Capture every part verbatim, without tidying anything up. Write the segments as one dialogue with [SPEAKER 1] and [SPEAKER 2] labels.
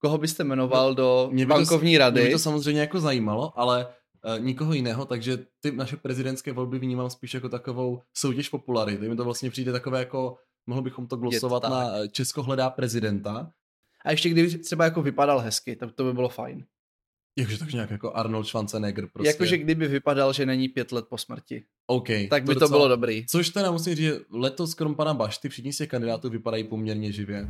[SPEAKER 1] koho byste jmenoval no, do
[SPEAKER 2] mě
[SPEAKER 1] bankovní
[SPEAKER 2] to,
[SPEAKER 1] rady?
[SPEAKER 2] Mě by to samozřejmě jako zajímalo, ale uh, nikoho jiného, takže ty naše prezidentské volby vnímám spíš jako takovou soutěž popularity. Mi to vlastně přijde takové jako, mohli bychom to glosovat to na Česko hledá prezidenta.
[SPEAKER 1] A ještě kdyby třeba jako vypadal hezky, tak to by bylo fajn.
[SPEAKER 2] Jakože takže nějak jako Arnold Schwarzenegger prostě.
[SPEAKER 1] Jakože kdyby vypadal, že není pět let po smrti.
[SPEAKER 2] OK.
[SPEAKER 1] Tak by to, to docela, bylo dobrý.
[SPEAKER 2] Což teda musím říct, že letos krom pana Bašty všichni z těch kandidátů vypadají poměrně živě.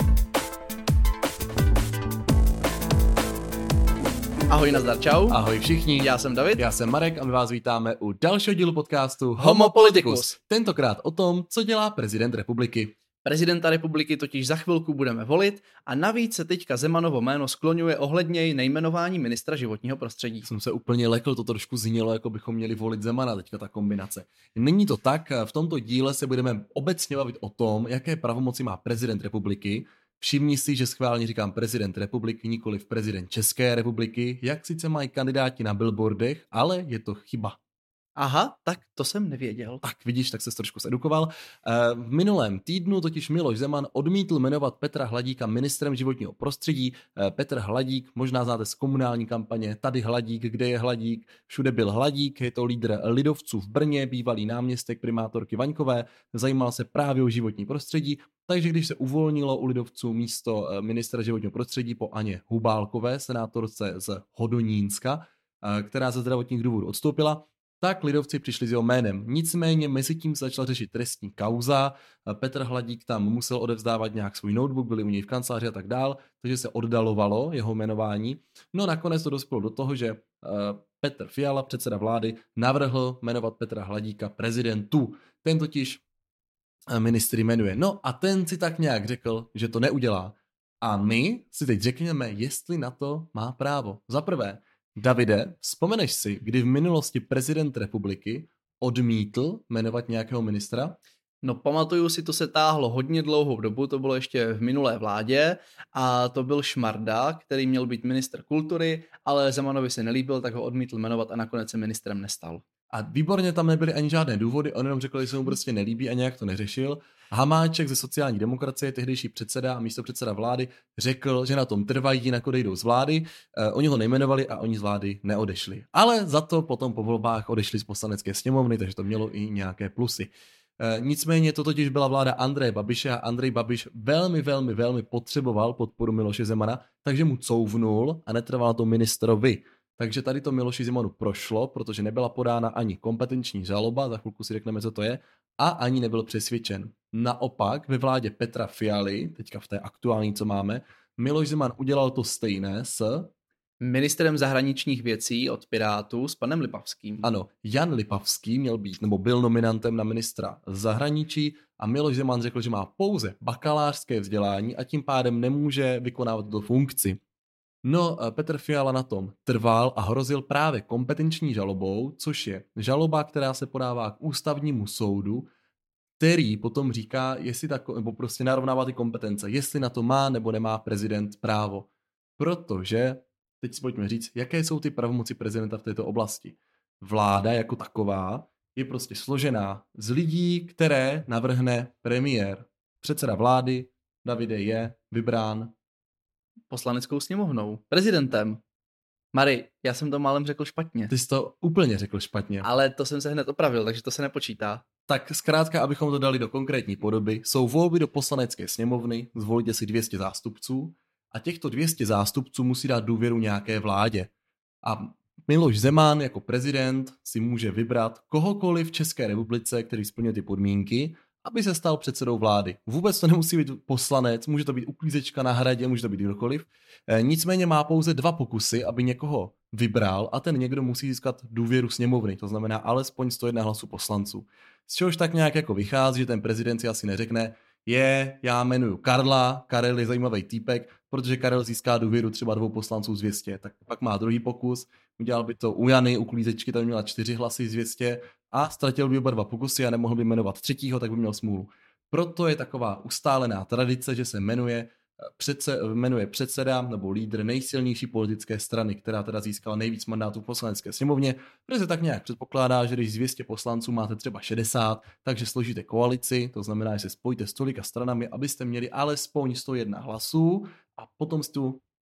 [SPEAKER 1] Ahoj, nazdar, čau.
[SPEAKER 2] Ahoj všichni.
[SPEAKER 1] Já jsem David.
[SPEAKER 2] Já jsem Marek a my vás vítáme u dalšího dílu podcastu
[SPEAKER 1] Homo Politicus.
[SPEAKER 2] Tentokrát o tom, co dělá prezident republiky.
[SPEAKER 1] Prezidenta republiky totiž za chvilku budeme volit a navíc se teďka Zemanovo jméno skloňuje ohledně nejmenování ministra životního prostředí.
[SPEAKER 2] Jsem se úplně lekl, to trošku znělo, jako bychom měli volit Zemana, teďka ta kombinace. Není to tak, v tomto díle se budeme obecně bavit o tom, jaké pravomoci má prezident republiky. Všimni si, že schválně říkám prezident republiky, nikoliv prezident České republiky, jak sice mají kandidáti na billboardech, ale je to chyba.
[SPEAKER 1] Aha, tak to jsem nevěděl.
[SPEAKER 2] Tak vidíš, tak ses trošku zedukoval. V minulém týdnu totiž Miloš Zeman odmítl jmenovat Petra Hladíka ministrem životního prostředí. Petr Hladík, možná znáte z komunální kampaně Tady Hladík, kde je Hladík, všude byl Hladík, je to lídr lidovců v Brně, bývalý náměstek primátorky Vaňkové, zajímal se právě o životní prostředí, takže když se uvolnilo u lidovců místo ministra životního prostředí po Aně Hubálkové, senátorce z Hodonínska, která ze zdravotních důvodů odstoupila, tak lidovci přišli s jeho jménem. Nicméně mezi tím se začala řešit trestní kauza, Petr Hladík tam musel odevzdávat nějak svůj notebook, byli u něj v kanceláři a tak dál, takže se oddalovalo jeho jmenování. No nakonec to dospělo do toho, že Petr Fiala, předseda vlády, navrhl jmenovat Petra Hladíka prezidentu. Ten totiž ministry jmenuje. No a ten si tak nějak řekl, že to neudělá. A my si teď řekneme, jestli na to má právo. Za prvé, Davide, vzpomeneš si, kdy v minulosti prezident republiky odmítl jmenovat nějakého ministra?
[SPEAKER 1] No pamatuju si, to se táhlo hodně dlouhou dobu, to bylo ještě v minulé vládě a to byl Šmarda, který měl být ministr kultury, ale Zemanovi se nelíbil, tak ho odmítl jmenovat a nakonec se ministrem nestal.
[SPEAKER 2] A výborně tam nebyly ani žádné důvody, on jenom řekl, že se mu prostě nelíbí a nějak to neřešil. Hamáček ze sociální demokracie, tehdejší předseda a místopředseda vlády, řekl, že na tom trvají, jinak odejdou z vlády. E, oni ho nejmenovali a oni z vlády neodešli. Ale za to potom po volbách odešli z poslanecké sněmovny, takže to mělo i nějaké plusy. E, nicméně to totiž byla vláda Andreje Babiše a Andrej Babiš velmi, velmi, velmi potřeboval podporu Miloše Zemana, takže mu couvnul a netrval to ministrovi. Takže tady to Miloši Zemanu prošlo, protože nebyla podána ani kompetenční žaloba, za chvilku si řekneme, co to je, a ani nebyl přesvědčen. Naopak ve vládě Petra Fialy, teďka v té aktuální, co máme, Miloš Zeman udělal to stejné s
[SPEAKER 1] ministrem zahraničních věcí od Pirátů s panem Lipavským.
[SPEAKER 2] Ano, Jan Lipavský měl být, nebo byl nominantem na ministra zahraničí a Miloš Zeman řekl, že má pouze bakalářské vzdělání a tím pádem nemůže vykonávat tuto funkci. No, Petr Fiala na tom trval a hrozil právě kompetenční žalobou, což je žaloba, která se podává k ústavnímu soudu, který potom říká, jestli tak, nebo prostě narovnává ty kompetence, jestli na to má nebo nemá prezident právo. Protože, teď si pojďme říct, jaké jsou ty pravomoci prezidenta v této oblasti. Vláda jako taková je prostě složená z lidí, které navrhne premiér. Předseda vlády, Davide, je vybrán
[SPEAKER 1] poslaneckou sněmovnou, prezidentem. Mary, já jsem to málem řekl špatně.
[SPEAKER 2] Ty jsi to úplně řekl špatně.
[SPEAKER 1] Ale to jsem se hned opravil, takže to se nepočítá.
[SPEAKER 2] Tak zkrátka, abychom to dali do konkrétní podoby, jsou volby do poslanecké sněmovny, zvolíte si dvě stě zástupců a těchto dvě stě zástupců musí dát důvěru nějaké vládě. A Miloš Zeman jako prezident si může vybrat kohokoliv v České republice, který splňuje ty podmínky, aby se stal předsedou vlády. Vůbec to nemusí být poslanec, může to být uklízečka na hradě, může to být kdokoliv. E, nicméně má pouze dva pokusy, aby někoho vybral a ten někdo musí získat důvěru sněmovny, to znamená alespoň sto jedna hlasů poslanců. Z čehož tak nějak jako vychází, že ten prezident si asi neřekne, je, já jmenuju Karla, Karel je zajímavý týpek, protože Karel získá důvěru třeba dvou poslanců z dvě stě, tak pak má druhý pokus, udělal by to u Jany, u klízečky, tam měla čtyři hlasy z dvě stě a ztratil by oba dva pokusy a nemohl by jmenovat třetího, tak by měl smůlu. Proto je taková ustálená tradice, že se jmenuje, předse, jmenuje předseda nebo lídr nejsilnější politické strany, která teda získala nejvíc mandátů v poslanecké sněmovně, protože se tak nějak předpokládá, že když z dvě stě poslanců máte třeba šedesát, takže složíte koalici, to znamená, že se spojíte s tolika stranami, abyste měli alespoň sto jedna hlasů a potom si tu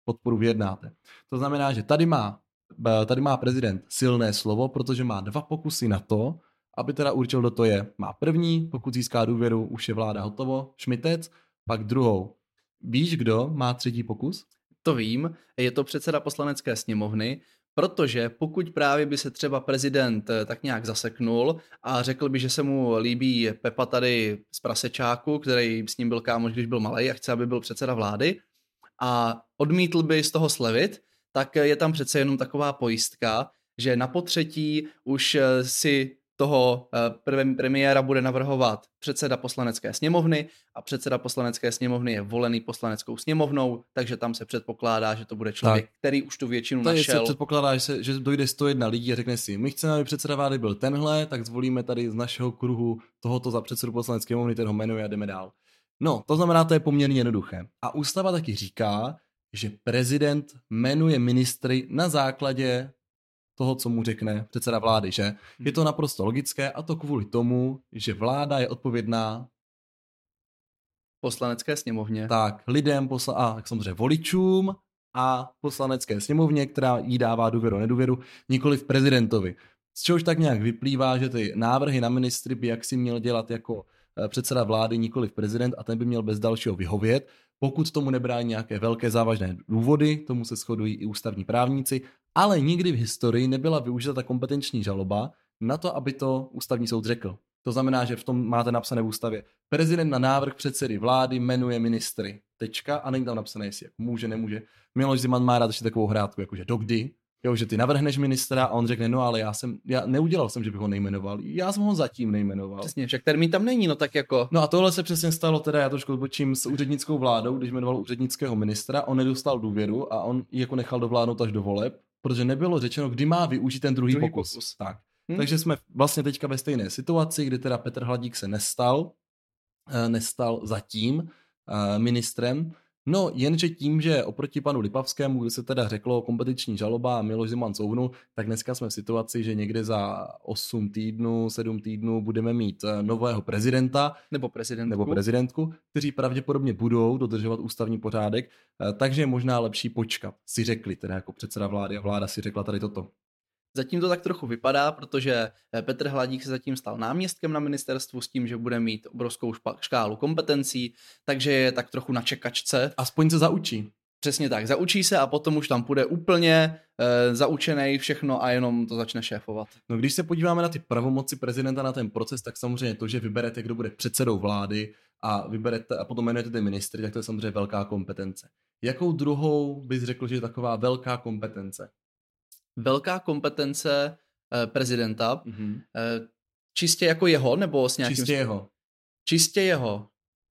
[SPEAKER 2] podporu vyjednáte. To znamená, že tady má, tady má prezident silné slovo, protože má dva pokusy na to, aby teda určil, kdo to je. Má první, pokud získá důvěru, už je vláda hotovo, Šmitec, pak druhou. Víš, kdo má třetí pokus?
[SPEAKER 1] To vím, je to předseda poslanecké sněmovny, protože pokud právě by se třeba prezident tak nějak zaseknul a řekl by, že se mu líbí Pepa tady z Prasečáku, který s ním byl kámoš, když byl malej a chce, aby byl předseda vlády, a odmítl by z toho slevit, tak je tam přece jenom taková pojistka, že na potřetí už si toho premiéra bude navrhovat předseda poslanecké sněmovny a předseda poslanecké sněmovny je volený poslaneckou sněmovnou, takže tam se předpokládá, že to bude člověk, tak, který už tu většinu
[SPEAKER 2] tady
[SPEAKER 1] našel.
[SPEAKER 2] Se předpokládá, že, se, že dojde sto jedna lidí a řekne si, my chceme, aby předseda vlády byl tenhle, tak zvolíme tady z našeho kruhu tohoto za předsedu poslanecké sněmovny, ten ho jmenuje a jdeme dál. No, to znamená, to je poměrně jednoduché. A ústava taky říká, že prezident jmenuje ministry na základě toho, co mu řekne předseda vlády, že? Je to naprosto logické a to kvůli tomu, že vláda je odpovědná
[SPEAKER 1] poslanecké sněmovně.
[SPEAKER 2] Tak, lidem, posla- a tak samozřejmě voličům a poslanecké sněmovně, která jí dává důvěru, nedůvěru, nikoliv prezidentovi. Z čehož tak nějak vyplývá, že ty návrhy na ministry by jaksi měl dělat jako předseda vlády, nikoliv prezident a ten by měl bez dalšího vyhovět, pokud tomu nebrání nějaké velké závažné důvody, tomu se shodují i ústavní právníci, ale nikdy v historii nebyla využita ta kompetenční žaloba na to, aby to ústavní soud řekl. To znamená, že v tom máte napsané v ústavě, prezident na návrh předsedy vlády jmenuje ministry, tečka, a není tam napsané, jestli jak může, nemůže. Miloš Zeman má rád ještě takovou hrátku, jakože dokdy, jo, že ty navrhneš ministra a on řekne, no ale já jsem, já neudělal jsem, že bych ho nejmenoval, já jsem ho zatím nejmenoval.
[SPEAKER 1] Přesně, však termín tam není, no tak jako.
[SPEAKER 2] No a tohle se přesně stalo, teda já trošku odbočím s úřednickou vládou, když jmenoval úřednického ministra, on nedostal důvěru a on ji jako nechal dovládnout až do voleb, protože nebylo řečeno, kdy má využít ten druhý, druhý pokus. pokus. Tak. Hmm. Takže jsme vlastně teďka ve stejné situaci, kdy teda Petr Hladík se nestal, nestal zatím ministrem. No, jenže tím, že oproti panu Lipavskému, kdy se teda řeklo kompetenční žaloba a Miloš Zeman couvnul, tak dneska jsme v situaci, že někde za osm týdnů, sedm týdnů budeme mít nového prezidenta
[SPEAKER 1] nebo prezidentku,
[SPEAKER 2] nebo prezidentku, kteří pravděpodobně budou dodržovat ústavní pořádek, takže je možná lepší počkat, si řekli teda jako předseda vlády a vláda si řekla tady toto.
[SPEAKER 1] Zatím to tak trochu vypadá, protože Petr Hladík se zatím stal náměstkem na ministerstvu s tím, že bude mít obrovskou škálu kompetencí, takže je tak trochu na čekačce.
[SPEAKER 2] Aspoň se zaučí.
[SPEAKER 1] Přesně tak, zaučí se a potom už tam půjde úplně e, zaučenej všechno a jenom to začne šéfovat.
[SPEAKER 2] No když se podíváme na ty pravomoci prezidenta na ten proces, tak samozřejmě to, že vyberete, kdo bude předsedou vlády a vyberete a potom jmenujete ty ministry, tak to je samozřejmě velká kompetence. Jakou druhou bys řekl, že je taková velká kompetence?
[SPEAKER 1] Velká kompetence eh, prezidenta,
[SPEAKER 2] mm-hmm.
[SPEAKER 1] eh, čistě jako jeho, nebo s nějakým...
[SPEAKER 2] Čistě jeho.
[SPEAKER 1] Čistě jeho.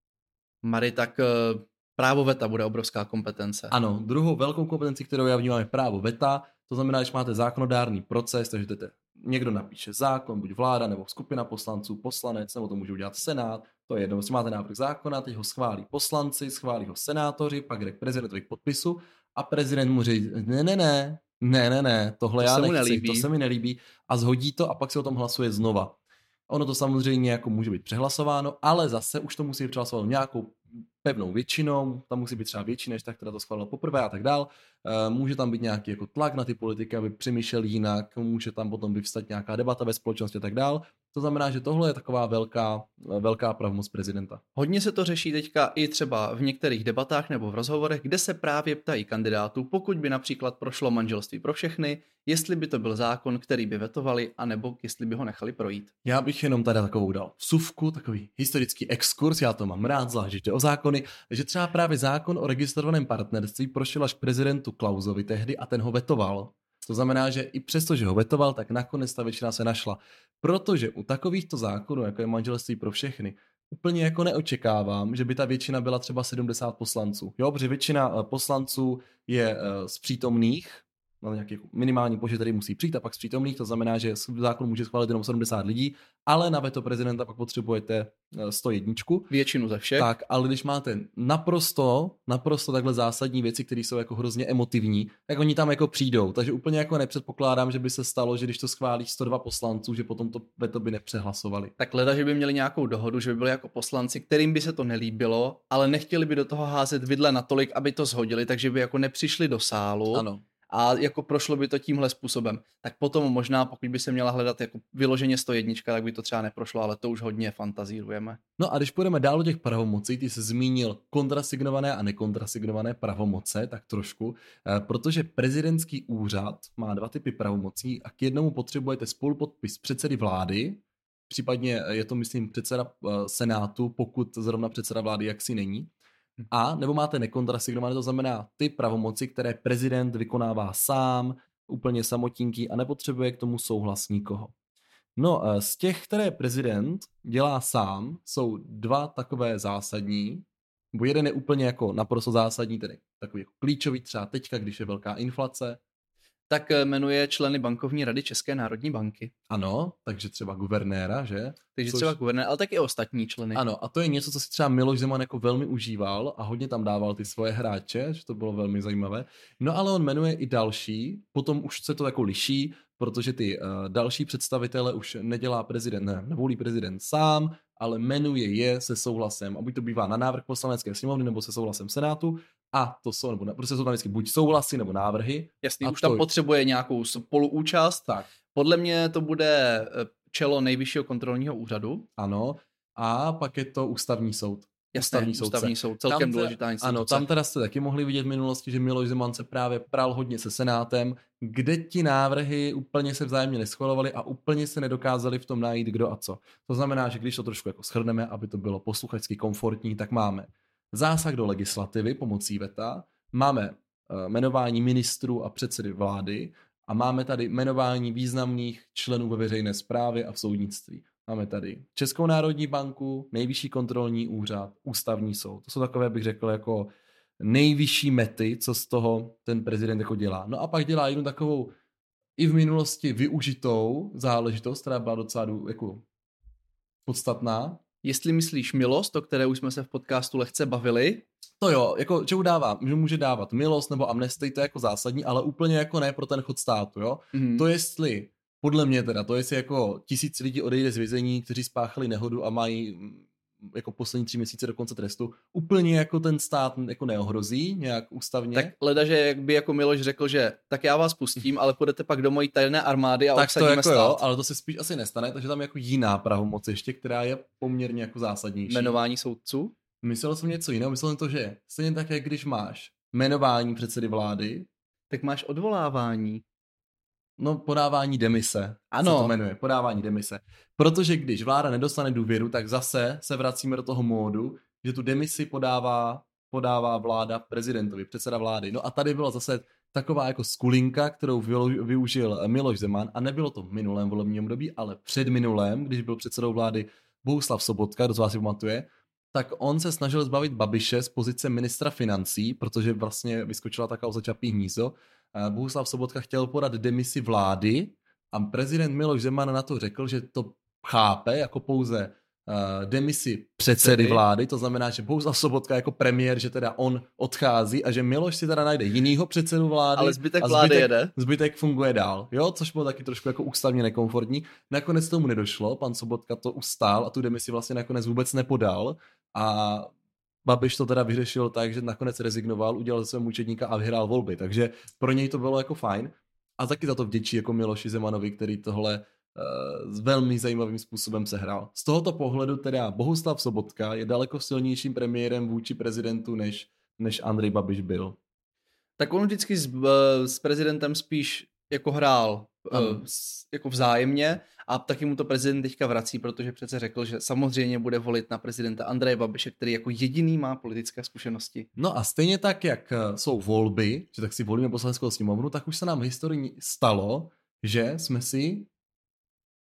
[SPEAKER 1] Mary, tak eh, právo veta bude obrovská kompetence.
[SPEAKER 2] Ano, druhou velkou kompetenci, kterou já vnímám, je právo veta, to znamená, že máte zákonodárný proces, takže jdete, někdo napíše zákon, buď vláda, nebo skupina poslanců, poslanec, nebo to může udělat senát, to je jedno, vlastně máte návrh zákona, teď ho schválí poslanci, schválí ho senátoři, pak jde k prezidentovi k podpisu a prezident mu říct, ne, ne, ne, Ne, ne, ne, tohle
[SPEAKER 1] to
[SPEAKER 2] já nechci,
[SPEAKER 1] nelíbí.
[SPEAKER 2] to se mi nelíbí a zhodí to a pak se o tom hlasuje znova. Ono to samozřejmě jako může být přehlasováno, ale zase už to musí být přehlasováno nějakou pevnou většinou, tam musí být třeba větší, než tak, která to schválila poprvé a tak dál. E, může tam být nějaký jako tlak na ty politiky, aby přemýšleli jinak, může tam potom vyvstat nějaká debata ve společnosti a tak dál. To znamená, že tohle je taková velká, velká pravomoc prezidenta.
[SPEAKER 1] Hodně se to řeší teďka i třeba v některých debatách nebo v rozhovorech, kde se právě ptají kandidátů, pokud by například prošlo manželství pro všechny, jestli by to byl zákon, který by vetovali, anebo jestli by ho nechali projít.
[SPEAKER 2] Já bych jenom tady takovou dal vsuvku, takový historický exkurs, já to mám rád, zvlášť o zákony, že třeba právě zákon o registrovaném partnerství prošel až k prezidentu Klausovi tehdy a ten ho vetoval. To znamená, že i přesto, že ho vetoval, tak nakonec ta většina se našla. Protože u takovýchto zákonů, jako je manželství pro všechny, úplně jako neočekávám, že by ta většina byla třeba sedmdesát poslanců. Jo, protože většina poslanců je z přítomných na nějaký minimální počet, který musí přijít a pak z přítomných, to znamená, že zákon může schválit jenom sedmdesát lidí, ale na veto prezidenta pak potřebujete sto jedna.
[SPEAKER 1] Většinu ze všech.
[SPEAKER 2] Tak, ale když máte naprosto, naprosto takhle zásadní věci, které jsou jako hrozně emotivní, tak oni tam jako přijdou. Takže úplně jako nepředpokládám, že by se stalo, že když to schválí sto dva poslanců, že potom to veto by nepřehlasovali.
[SPEAKER 1] Tak leda, že by měli nějakou dohodu, že by byli jako poslanci, kterým by se to nelíbilo, ale nechtěli by do toho házet vidle natolik, aby to shodili, takže by jako nepřišli do sálu.
[SPEAKER 2] Ano.
[SPEAKER 1] A jako prošlo by to tímhle způsobem. Tak potom možná, pokud by se měla hledat jako vyloženě sto jedna, tak by to třeba neprošlo, ale to už hodně fantazírujeme.
[SPEAKER 2] No a když půjdeme dál do těch pravomocí, ty jsi zmínil kontrasignované a nekontrasignované pravomoce, tak trošku, protože prezidentský úřad má dva typy pravomocí a k jednomu potřebujete spolupodpis předsedy vlády, případně je to, myslím, předseda senátu, pokud zrovna předseda vlády jaksi není. A nebo máte nekontrasignované, to znamená ty pravomoci, které prezident vykonává sám, úplně samotinký a nepotřebuje k tomu souhlas nikoho. No, z těch, které prezident dělá sám, jsou dva takové zásadní, bo jeden je úplně jako naprosto zásadní, tedy takový jako klíčový, třeba teďka, když je velká inflace.
[SPEAKER 1] Tak jmenuje členy bankovní rady České národní banky.
[SPEAKER 2] Ano, takže třeba guvernéra, že?
[SPEAKER 1] Takže
[SPEAKER 2] Což...
[SPEAKER 1] třeba guvernér, ale taky ostatní členy.
[SPEAKER 2] Ano, a to je něco, co si třeba Miloš Zeman jako velmi užíval a hodně tam dával ty svoje hráče, že to bylo velmi zajímavé. No ale on jmenuje i další, potom už se to jako liší, protože ty uh, další představitele už nedělá prezident, ne, nevolí prezident sám, ale jmenuje je se souhlasem, a buď to bývá na návrh poslanecké sněmovny nebo se souhlasem senátu, a to jsou, nebo prostě jsou tam vždycky buď souhlasy nebo návrhy.
[SPEAKER 1] Jasný,
[SPEAKER 2] a
[SPEAKER 1] už
[SPEAKER 2] to...
[SPEAKER 1] tam potřebuje nějakou spoluúčast.
[SPEAKER 2] Tak.
[SPEAKER 1] Podle mě to bude čelo Nejvyššího kontrolního úřadu.
[SPEAKER 2] Ano, a pak je to ústavní soud.
[SPEAKER 1] Jasné, ústavní, ústavní soud, celkem
[SPEAKER 2] tam
[SPEAKER 1] důležitá instituce.
[SPEAKER 2] Ano, tam teda jste taky mohli vidět v minulosti, že Miloš Zeman se právě pral hodně se senátem, kde ti návrhy úplně se vzájemně neschvalovaly a úplně se nedokázali v tom najít kdo a co. To znamená, že když to trošku jako shrneme, aby to bylo posluchačsky komfortní, tak máme zásah do legislativy pomocí veta, máme uh, jmenování ministrů a předsedy vlády a máme tady jmenování významných členů ve veřejné správě a v soudnictví. Máme tady Českou národní banku, Nejvyšší kontrolní úřad, ústavní soud. To jsou takové, bych řekl, jako nejvyšší mety, co z toho ten prezident jako dělá. No a pak dělá jednu takovou i v minulosti využitou záležitost, která byla docela jako podstatná.
[SPEAKER 1] Jestli myslíš milost, o které už jsme se v podcastu lehce bavili.
[SPEAKER 2] To jo, jako čemu dává, že může dávat milost nebo amnestii, to je jako zásadní, ale úplně jako ne pro ten chod státu, jo. Mm. To jestli, podle mě teda, to jestli jako tisíc lidí odejde z vězení, kteří spáchali nehodu a mají jako poslední tři měsíce do konce trestu, úplně jako ten stát jako neohrozí nějak ústavně.
[SPEAKER 1] Tak leda, že jak by jako Miloš řekl, že tak já vás pustím, ale půjdete pak do mojí tajné armády a
[SPEAKER 2] tak
[SPEAKER 1] obsadíme
[SPEAKER 2] to jako
[SPEAKER 1] stát.
[SPEAKER 2] Jo, ale to se spíš asi nestane, takže tam je jako jiná pravomoc ještě, která je poměrně jako zásadnější.
[SPEAKER 1] Jmenování soudců?
[SPEAKER 2] Myslel jsem něco jiného, myslel jsem to, že stejně tak, jak když máš jmenování předsedy vlády,
[SPEAKER 1] tak máš odvolávání.
[SPEAKER 2] No, podávání demise.
[SPEAKER 1] Ano.
[SPEAKER 2] Se to jmenuje, podávání demise. Protože když vláda nedostane důvěru, tak zase se vracíme do toho módu, že tu demisi podává, podává vláda prezidentovi, předseda vlády. No a tady byla zase taková jako skulinka, kterou využil Miloš Zeman a nebylo to v minulém volebním období, ale před minulém, když byl předsedou vlády Bohuslav Sobotka, kdo z vás si pamatuje, tak on se snažil zbavit Babiše z pozice ministra financí, protože vlastně vyskočila ta kauza Čapí hnízdo. Bohuslav Sobotka chtěl podat demisi vlády a prezident Miloš Zeman na to řekl, že to chápe jako pouze uh, demisi předsedy vlády, to znamená, že Bohuslav Sobotka jako premiér, že teda on odchází a že Miloš si teda najde jinýho předsedu vlády.
[SPEAKER 1] Ale zbytek
[SPEAKER 2] a
[SPEAKER 1] vlády
[SPEAKER 2] zbytek,
[SPEAKER 1] jede.
[SPEAKER 2] Zbytek funguje dál, jo, což bylo taky trošku jako ústavně nekomfortní. Nakonec tomu nedošlo, pan Sobotka to ustál a tu demisi vlastně nakonec vůbec nepodal a Babiš to teda vyřešil tak, že nakonec rezignoval, udělal ze svého mučedníka a vyhrál volby, takže pro něj to bylo jako fajn a taky za to vděčí jako Miloši Zemanovi, který tohle uh, velmi zajímavým způsobem sehrál. Z tohoto pohledu teda Bohuslav Sobotka je daleko silnějším premiérem vůči prezidentu, než, než Andrej Babiš byl.
[SPEAKER 1] Tak on vždycky s, s prezidentem spíš jako hrál uh, jako vzájemně a taky mu to prezident teďka vrací, protože přece řekl, že samozřejmě bude volit na prezidenta Andreje Babiše, který jako jediný má politické zkušenosti.
[SPEAKER 2] No a stejně tak, jak jsou volby, že tak si volíme poslaneckou sněmovnu, tak už se nám v historii stalo, že jsme si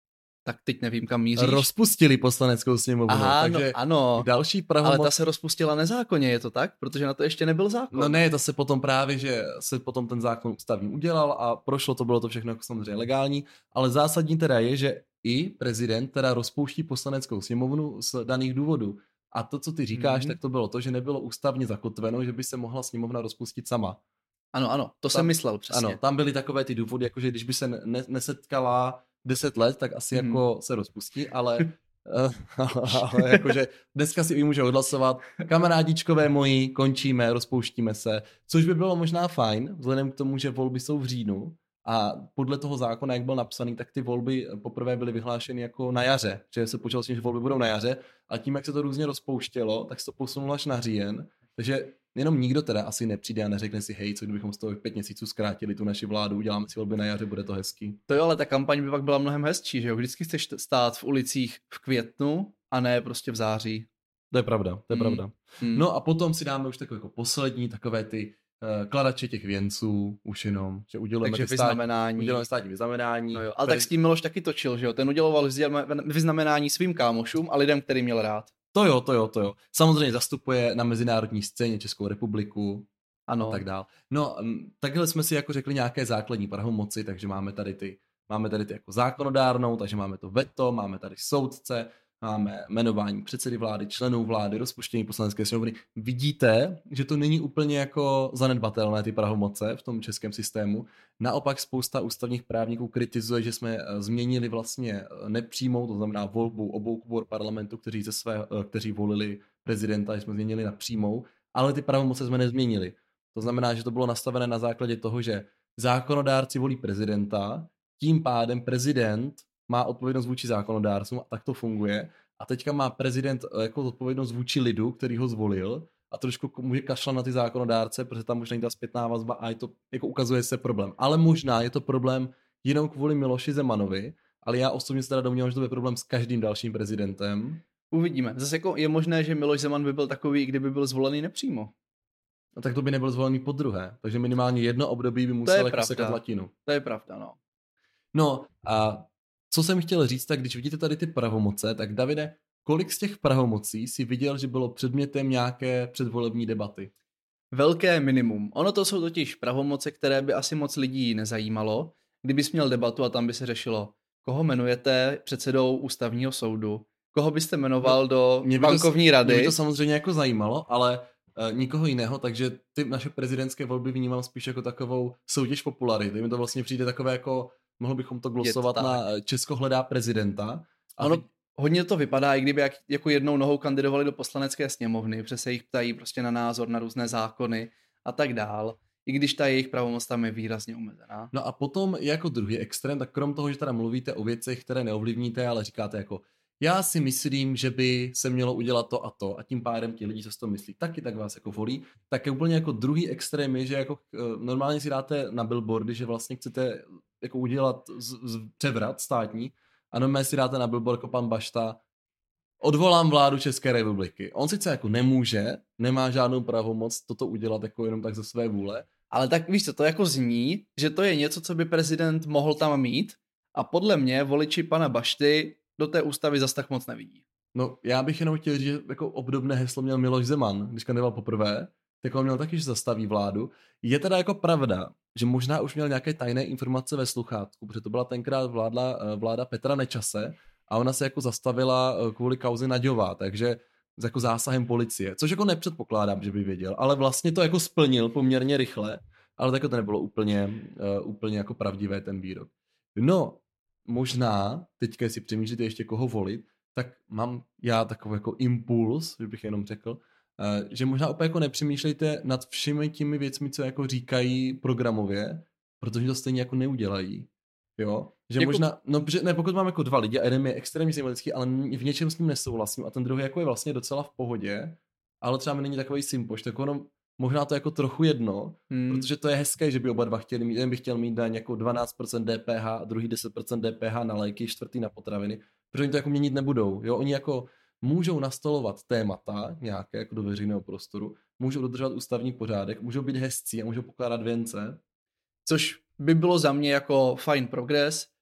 [SPEAKER 1] Tak teď nevím, kam míříš.
[SPEAKER 2] Rozpustili poslaneckou sněmovnu.
[SPEAKER 1] Aha,
[SPEAKER 2] takže
[SPEAKER 1] no, ano.
[SPEAKER 2] Další pravomoc...
[SPEAKER 1] Ale ta se rozpustila nezákonně, je to tak? Protože na to ještě nebyl zákon.
[SPEAKER 2] No ne, to se potom právě, že se potom ten zákon ústavní udělal a prošlo to, bylo to všechno jako samozřejmě legální, ale zásadní teda je, že i prezident teda rozpouští poslaneckou sněmovnu z daných důvodů. A to, co ty říkáš, mm-hmm. tak to bylo to, že nebylo ústavně zakotveno, že by se mohla sněmovna rozpustit sama.
[SPEAKER 1] Ano, ano, to
[SPEAKER 2] tam,
[SPEAKER 1] jsem myslel přesně.
[SPEAKER 2] Ano, tam byly takové ty důvody, jakože když by se ne, nesetkala deset let, tak asi mm. jako se rozpustí, ale, ale jakože dneska si i může odhlasovat, kamarádičkové moji, končíme, rozpouštíme se, což by bylo možná fajn, vzhledem k tomu, že volby jsou v říjnu a podle toho zákona, jak byl napsaný, tak ty volby poprvé byly vyhlášeny jako na jaře, že se počalo s tím, že volby budou na jaře a tím, jak se to různě rozpouštělo, tak se to posunulo až na říjen, takže jenom nikdo teda asi nepřijde a neřekne si, hej, co kdybychom z toho pět měsíců zkrátili tu naši vládu, uděláme si volby na jaře, bude to hezký.
[SPEAKER 1] To jo, ale ta kampaň by pak byla mnohem hezčí, že jo? Vždycky chceš stát v ulicích v květnu a ne prostě v září.
[SPEAKER 2] To je pravda, to je mm. pravda.
[SPEAKER 1] Mm.
[SPEAKER 2] No a potom si dáme už takové jako poslední, takové ty uh, kladače těch věnců, už jenom, že udělujeme
[SPEAKER 1] Takže vyznamenání.
[SPEAKER 2] Udělujeme státní vyznamenání.
[SPEAKER 1] No jo, ale tak s tím Miloš taky točil, že jo? Ten uděloval vyznamenání svým kámošům a lidem, který měl rád.
[SPEAKER 2] To jo, to jo, to jo. Samozřejmě zastupuje na mezinárodní scéně Českou republiku
[SPEAKER 1] ano.
[SPEAKER 2] A tak dál. No, takhle jsme si jako řekli nějaké základní pravomoci, takže máme tady ty, máme tady ty jako zákonodárnou, takže máme to veto, máme tady soudce, máme jmenování předsedy vlády, členů vlády, rozpuštění poslanecké sněmovny. Vidíte, že to není úplně jako zanedbatelné ty pravomoce v tom českém systému. Naopak spousta ústavních právníků kritizuje, že jsme změnili vlastně nepřímou, to znamená volbu obou komor parlamentu, kteří, ze své, kteří volili prezidenta, že jsme změnili na přímou, ale ty pravomoce jsme nezměnili. To znamená, že to bylo nastavené na základě toho, že zákonodárci volí prezidenta, tím pádem prezident má odpovědnost vůči zákonodárcům a tak to funguje. A teďka má prezident jako odpovědnost vůči lidu, který ho zvolil a trošku může kašlat na ty zákonodárce, protože tam možná není ta zpětná vazba a je to, jako ukazuje se problém. Ale možná je to problém jenom kvůli Miloši Zemanovi, ale já osobně se teda domnívám, že to je problém s každým dalším prezidentem.
[SPEAKER 1] Uvidíme. Zase jako je možné, že Miloš Zeman by byl takový, kdyby byl zvolený nepřímo.
[SPEAKER 2] No tak to by nebyl zvolený po druhé, takže minimálně jedno období by musel jako sekat latinu.
[SPEAKER 1] To je pravda, no.
[SPEAKER 2] No a co jsem chtěl říct, tak když vidíte tady ty pravomoce, tak Davide, kolik z těch pravomocí si viděl, že bylo předmětem nějaké předvolební debaty?
[SPEAKER 1] Velké minimum. Ono to jsou totiž pravomoce, které by asi moc lidí nezajímalo. Kdybys měl debatu a tam by se řešilo, koho jmenujete předsedou ústavního soudu, koho byste jmenoval no, do bankovní
[SPEAKER 2] to,
[SPEAKER 1] rady.
[SPEAKER 2] Mě by to samozřejmě jako zajímalo, ale uh, nikoho jiného, takže ty naše prezidentské volby vnímám spíš jako takovou soutěž popularity. Mi to vlastně přijde takové jako, mohli bychom to glosovat na Česko hledá prezidenta. A
[SPEAKER 1] ono hodně to vypadá, i kdyby jak, jako jednou nohou kandidovali do poslanecké sněmovny, protože se jich ptají prostě na názor, na různé zákony a tak dál. I když ta jejich pravomoc tam je výrazně omezená.
[SPEAKER 2] No a potom jako druhý extrém, tak krom toho, že teda mluvíte o věcech, které neovlivníte, ale říkáte jako já si myslím, že by se mělo udělat to a to a tím pádem ti lidi, co si to myslí, taky tak vás jako volí, tak je úplně jako druhý extrém je, že jako normálně si dáte na billboardy, že vlastně chcete jako udělat z, z převrat státní a normálně si dáte na billboard jako pan Bašta odvolám vládu České republiky. On sice jako nemůže, nemá žádnou pravomoc toto udělat jako jenom tak ze své vůle.
[SPEAKER 1] Ale tak víš co, to jako zní, že to je něco, co by prezident mohl tam mít a podle mě voliči pana Bašty do té ústavy zas tak moc nevidí.
[SPEAKER 2] No já bych jenom chtěl říct, že jako obdobné heslo měl Miloš Zeman, když kandidoval poprvé, tak on měl taky, že zastaví vládu. Je teda jako pravda, že možná už měl nějaké tajné informace ve sluchátku, protože to byla tenkrát vláda, vláda Petra Nečase a ona se jako zastavila kvůli kauzy Naďová, takže s jako zásahem policie, což jako nepředpokládám, že by věděl, ale vlastně to jako splnil poměrně rychle, ale tak to nebylo úplně, uh, úplně jako pravdivé ten výrok. No, možná, teďka jestli přemýšlíte ještě koho volit, tak mám já takový jako impuls, že bych jenom řekl, uh, že možná úplně jako nepřemýšlejte nad všemi těmi věcmi, co jako říkají programově, protože to stejně jako neudělají. Jo? Že jako... možná, no že, ne, pokud mám jako dva lidi a jeden je extrémně symbolický, ale v něčem s ním nesouhlasím a ten druhý jako je vlastně docela v pohodě, ale třeba mi není takový sympoš, tak ono možná to jako trochu jedno, hmm. protože to je hezké, že by oba dva chtěli mít, jeden by chtěl mít daň jako dvanáct procent D P H a druhý deset procent D P H na léky, čtvrtý na potraviny, protože oni to jako měnit nebudou, jo, oni jako můžou nastolovat témata nějaké jako do veřejného prostoru, můžou dodržovat ústavní pořádek, můžou být hezcí a můžou pokládat věnce.
[SPEAKER 1] Což by bylo za mě jako fajn progres,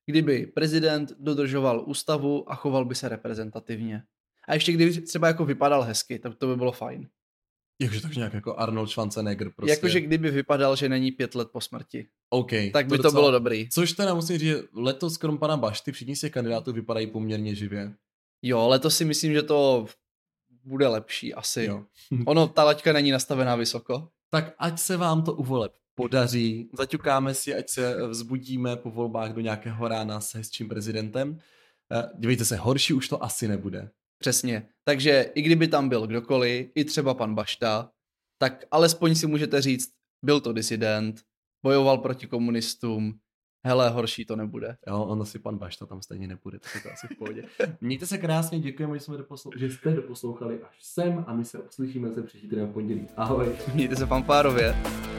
[SPEAKER 1] kdyby prezident dodržoval ústavu a choval by se reprezentativně. A ještě kdyby třeba jako vypadal hezky, tak to by bylo fajn.
[SPEAKER 2] Jakože tak nějak jako Arnold Schwarzenegger prostě.
[SPEAKER 1] Jakože kdyby vypadal, že není pět let po smrti.
[SPEAKER 2] OK.
[SPEAKER 1] Tak by to,
[SPEAKER 2] docela...
[SPEAKER 1] bylo dobrý.
[SPEAKER 2] Což teda musím říct, že letos krom pana Bašty všichni z těch kandidátů vypadají poměrně živě.
[SPEAKER 1] Jo, letos si myslím, že to bude lepší asi.
[SPEAKER 2] Jo.
[SPEAKER 1] Ono, ta laťka není nastavená vysoko.
[SPEAKER 2] Tak ať se vám to u voleb podaří, zaťukáme si, ať se vzbudíme po volbách do nějakého rána s hezčím prezidentem. Dívejte se, horší už to asi nebude.
[SPEAKER 1] Přesně. Takže i kdyby tam byl kdokoliv, i třeba pan Bašta, tak alespoň si můžete říct, byl to disident, bojoval proti komunistům, hele, horší to nebude.
[SPEAKER 2] Jo, ono si pan Bašta tam stejně nebude, tak je to asi v pohodě. Mějte se krásně, děkujeme, že, jsme doposlou- že jste doposlouchali až sem a my se uslyšíme se příští týden v pondělí. Ahoj.
[SPEAKER 1] Mějte se fanfárově.